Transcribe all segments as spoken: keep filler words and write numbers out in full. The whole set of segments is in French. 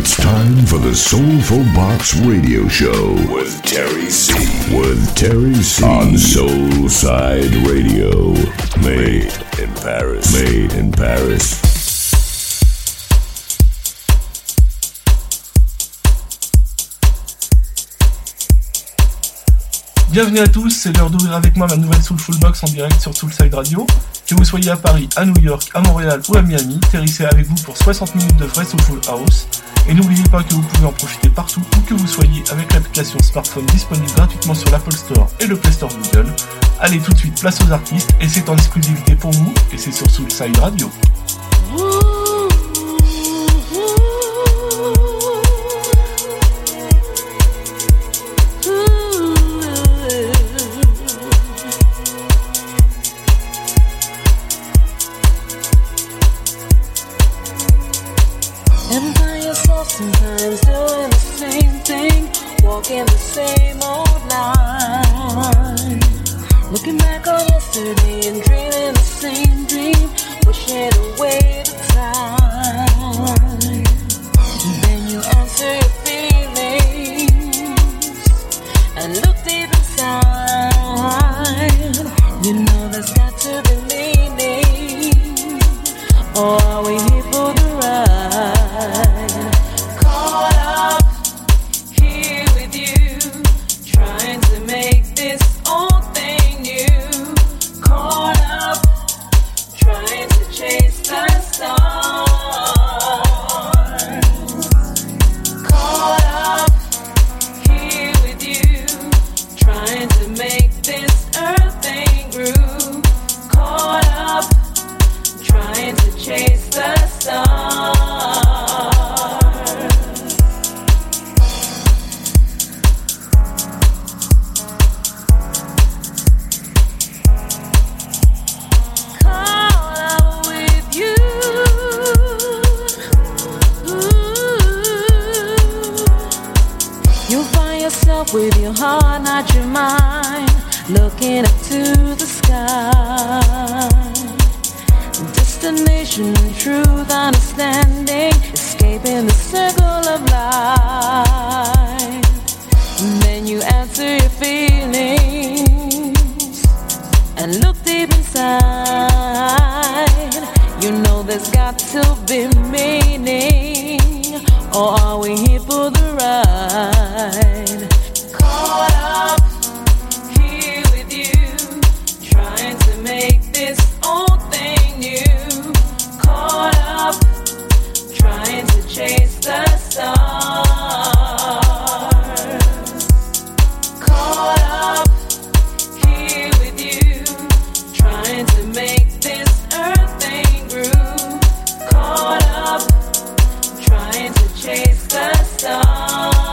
It's time for the Soulful Box Radio Show with Terry C. With Terry C. On Soulside Radio. Made in Paris. Made in Paris. Bienvenue à tous, c'est l'heure d'ouvrir avec moi ma nouvelle Soulful Box en direct sur Soulside Radio. Que vous soyez à Paris, à New York, à Montréal ou à Miami, Terry C avec vous pour soixante minutes de vrai Soulful House. Et n'oubliez pas que vous pouvez en profiter partout où que vous soyez avec l'application smartphone disponible gratuitement sur l'Apple Store et le Play Store Google. Allez tout de suite, place aux artistes et c'est en exclusivité pour vous et c'est sur Soulside Radio. Sometimes doing the same thing, walking the same old line. Looking back on yesterday and dreaming the same dream, wishing away the time. And then you answer your feelings and look deep inside. You know there's got to be meaning, or are we here for the ride? With your heart, not your mind, looking up to the sky. Destination, truth, understanding, escaping the circle of life. And then you answer your feelings and look deep inside. You know there's got to be meaning, or are we here for the ride? Caught up here with you, trying to make this old thing new. Caught up, trying to chase the stars. Caught up here with you, trying to make this earth thing groove. Caught up, trying to chase the stars.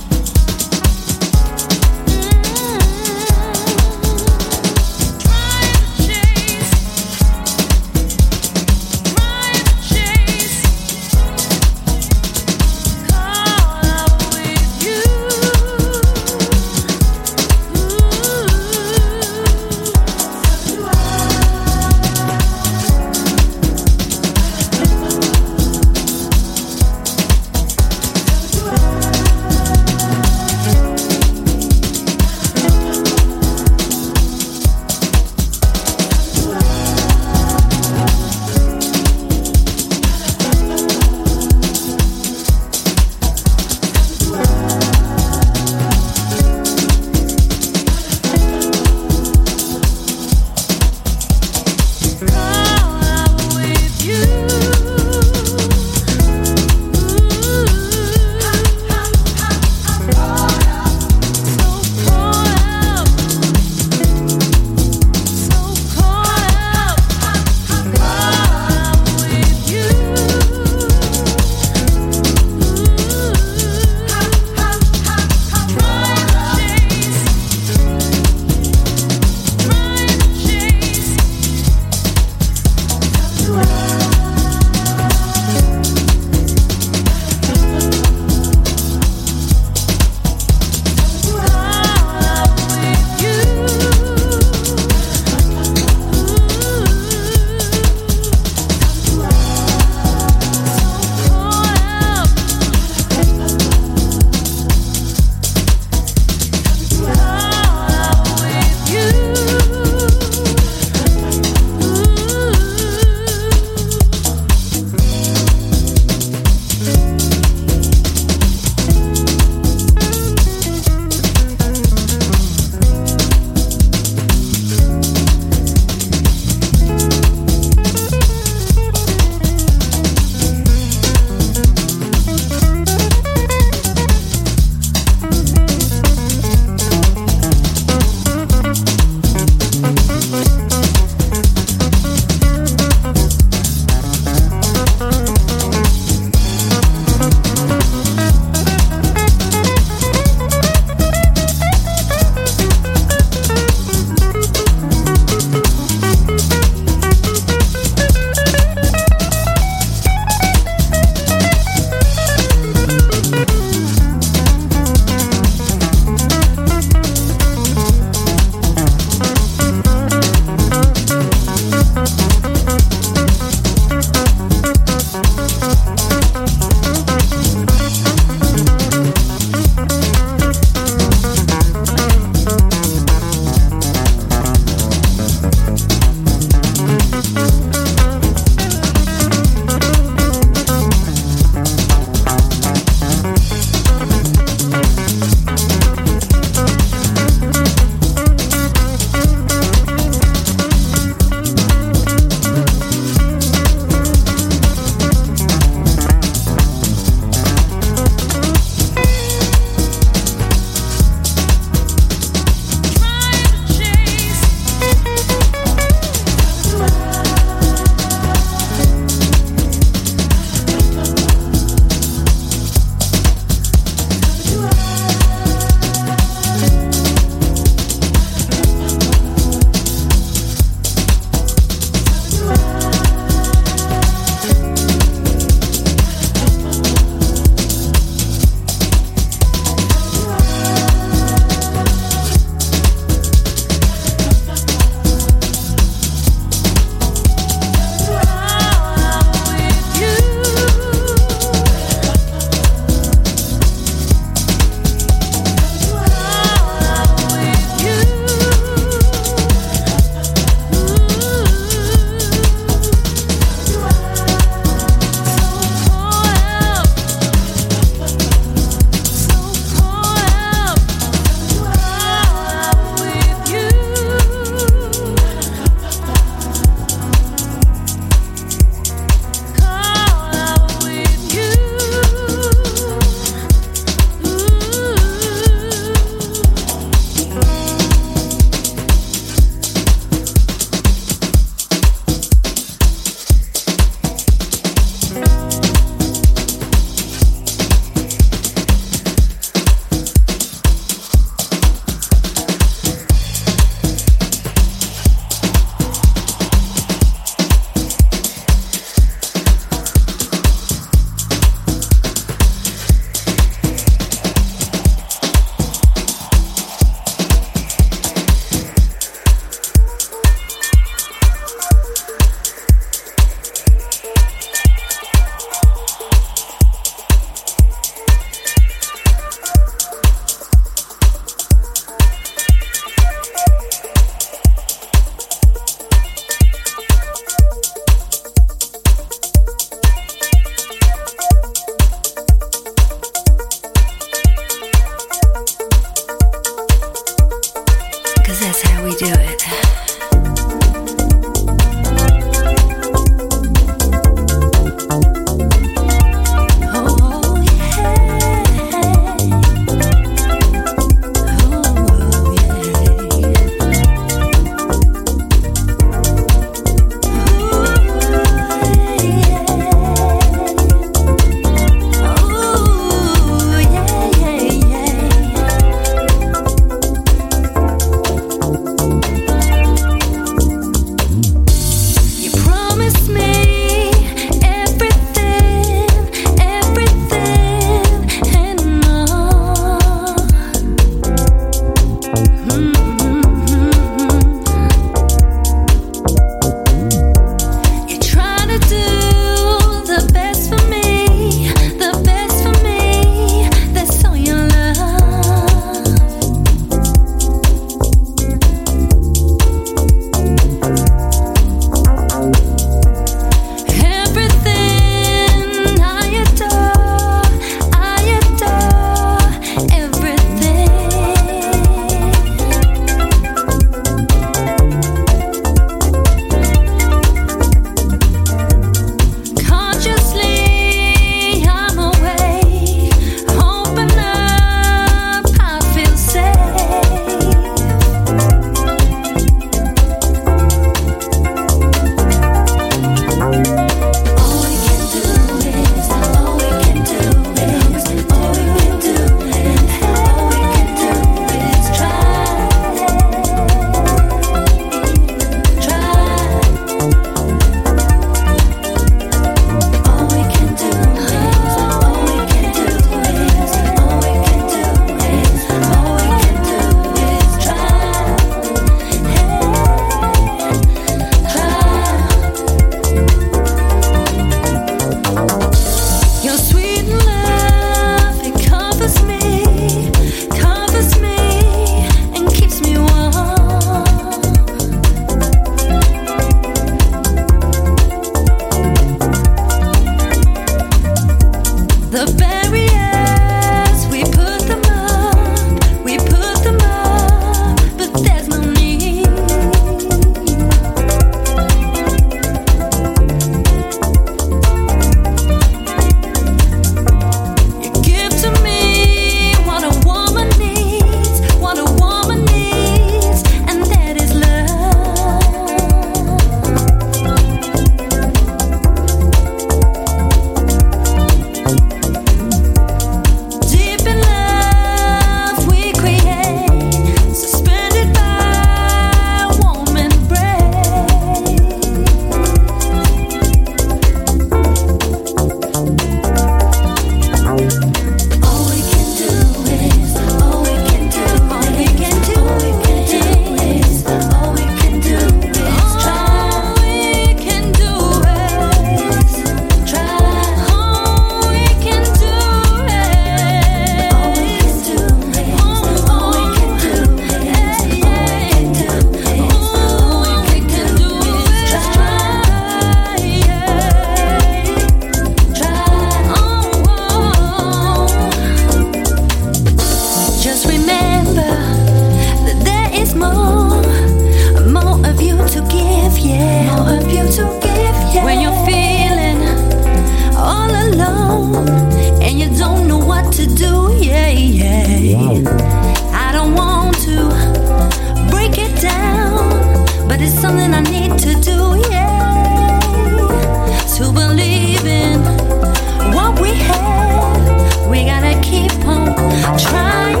to give, yeah. More of you to give, yeah. When you're feeling all alone and you don't know what to do, yeah, yeah. I don't want to break it down, but it's something I need to do, yeah. To believe in what we have, we gotta keep on trying.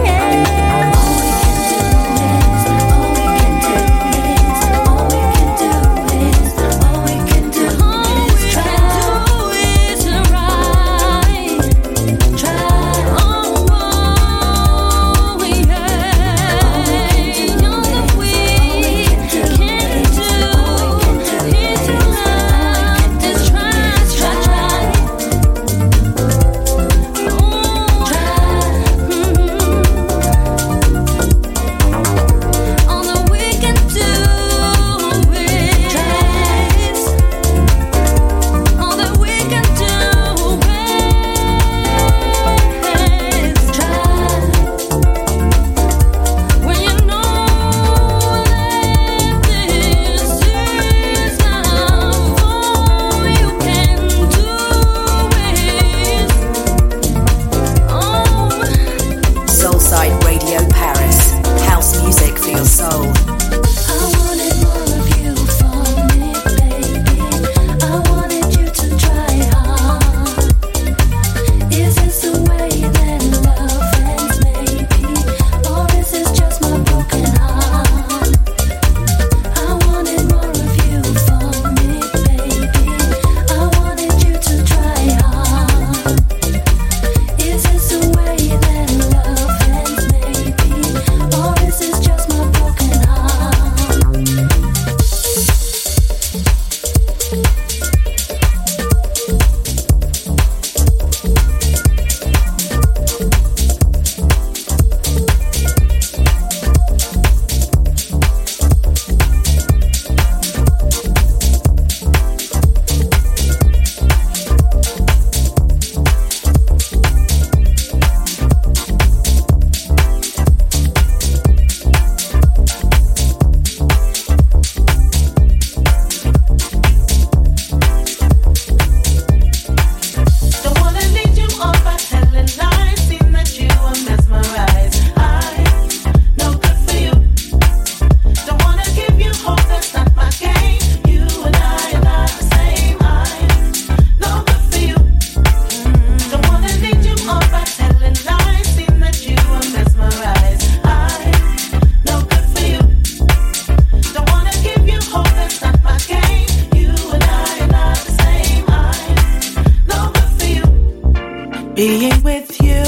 Being with you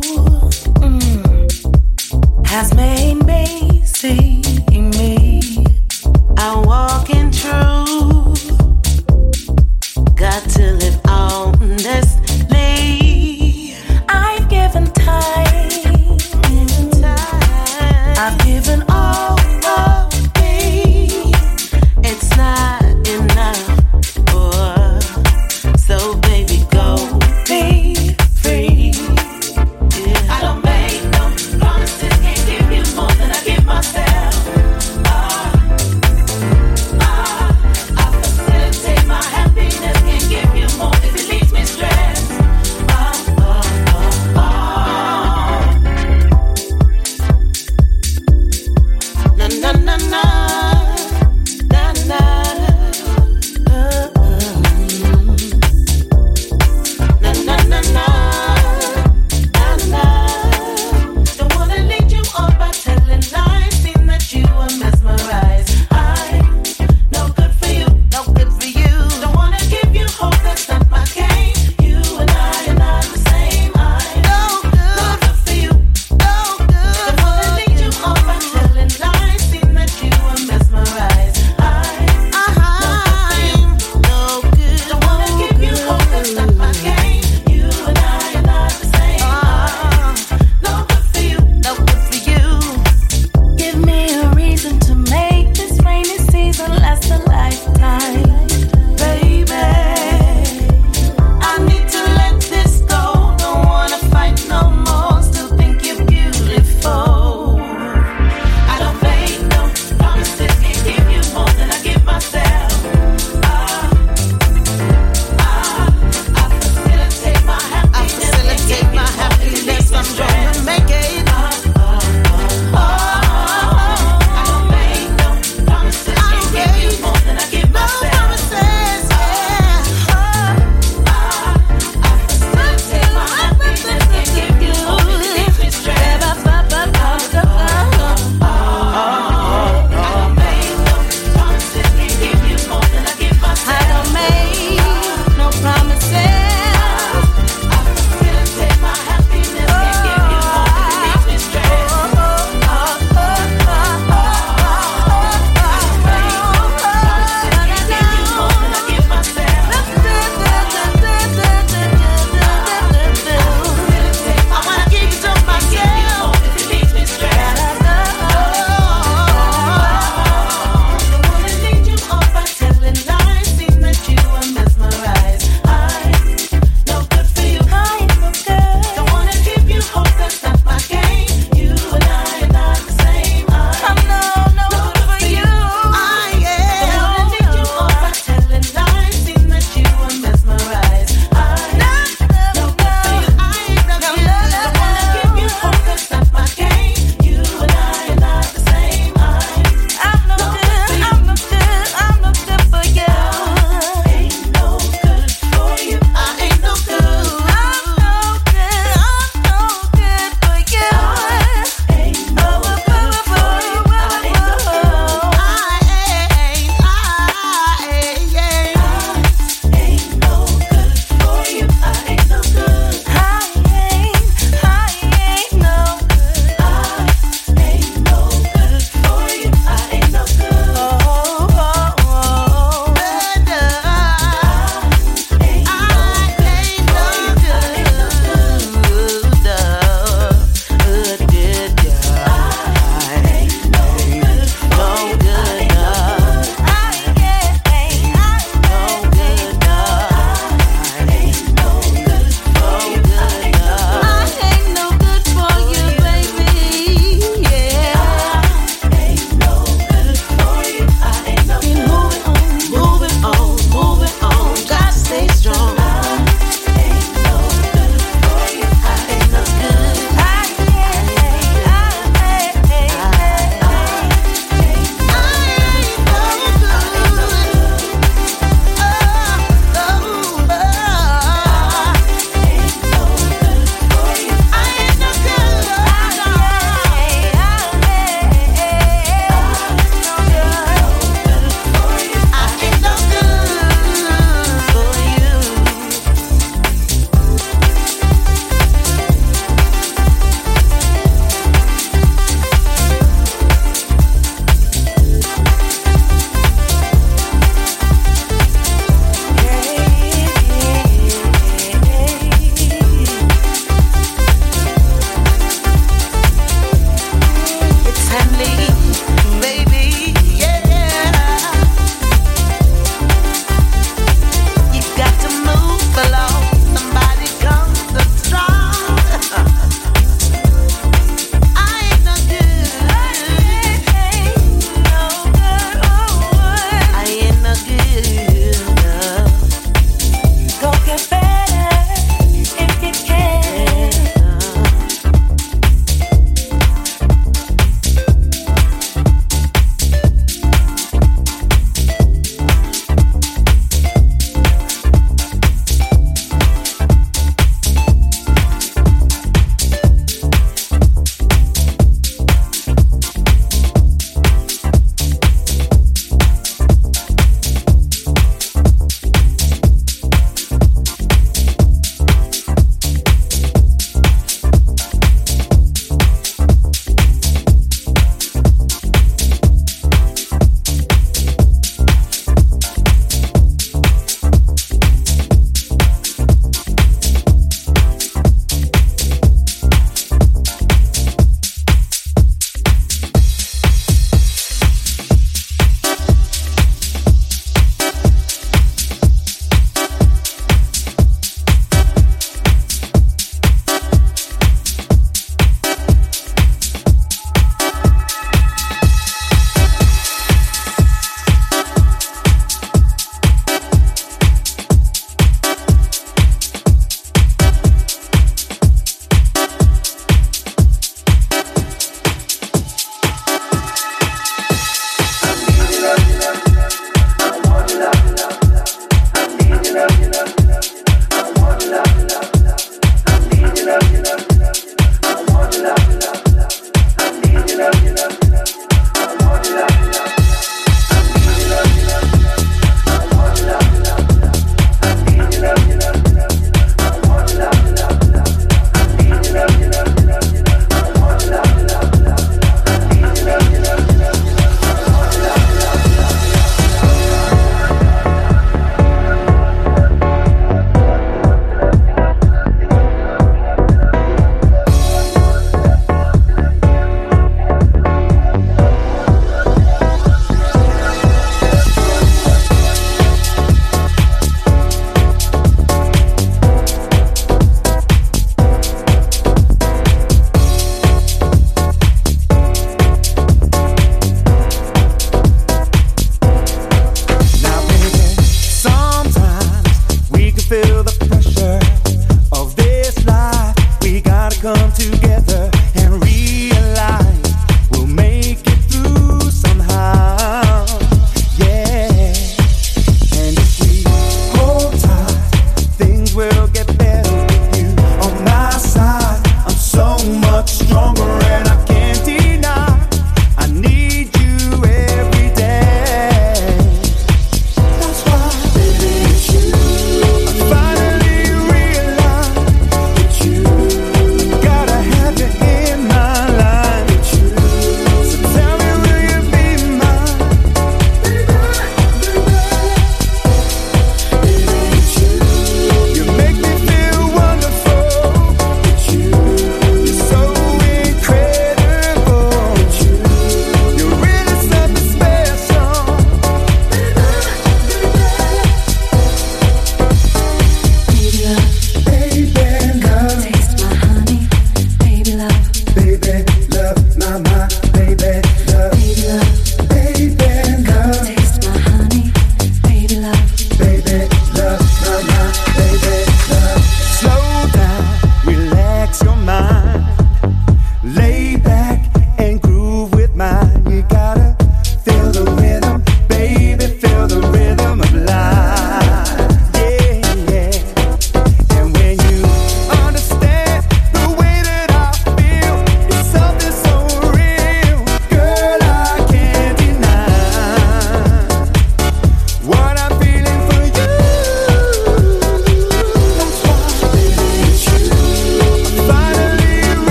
mm, has made me see me. I'm walking through, got to live honestly. I've given time, I've given all of me. It's not enough, oh, so baby go be free. Yeah. I don't make no promises, can't give you more than I give myself. Ah, ah, I facilitate my happiness, can't give you more if it leaves me stressed. Ah, ah, ah, ah. Na na na na, na na. Uh, uh. Na na na na. Don't wanna lead you on by telling lies, seem that you are mesmerized. I no good for you, no good for you. Don't wanna give you hope, that's not my game. You and I are not the same. I no good, no good for you, no good. Don't wanna lead you on by telling lies, seem that you are mesmerized. I I'm no good, don't wanna give you hope, that's not my game. You and I are not the same. I no good for you, no good for you. Give me a reason to make this rainy season last a lifetime, baby. I need to let this go, don't wanna fight no more, still think you're beautiful. I don't make no promises, can't give you more than I give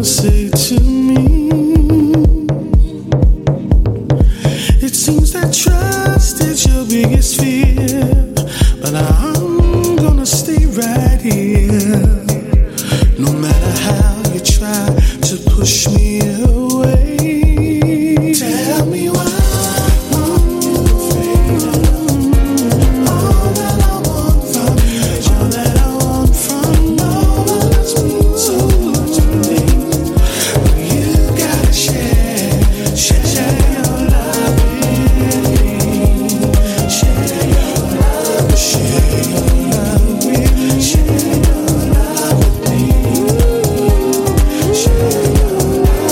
say to me? It seems that trust is your biggest fear, but I'm gonna stay right here. No matter how you try to push me away. Tell me why. Share your love.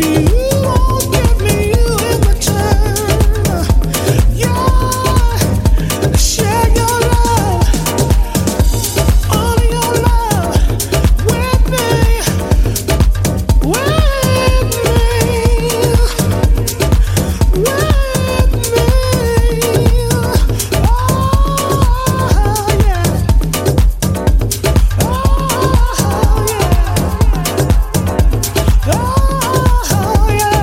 Oh, yeah.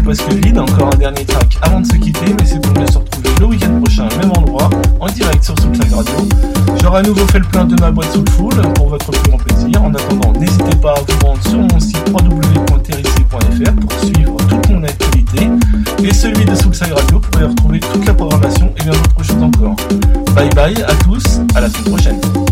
presque vide, encore un dernier track avant de se quitter, mais c'est pour bien se retrouver le week-end prochain, même endroit, en direct sur Soulside Radio. J'aurai à nouveau fait le plein de ma boîte Soulful pour votre plus grand plaisir. En attendant, n'hésitez pas à vous rendre sur mon site w w w point terry c point f r pour suivre toute mon activité et celui de Soulside Radio pour y retrouver toute la programmation et bien d'autres choses encore. Bye bye à tous, à la semaine prochaine.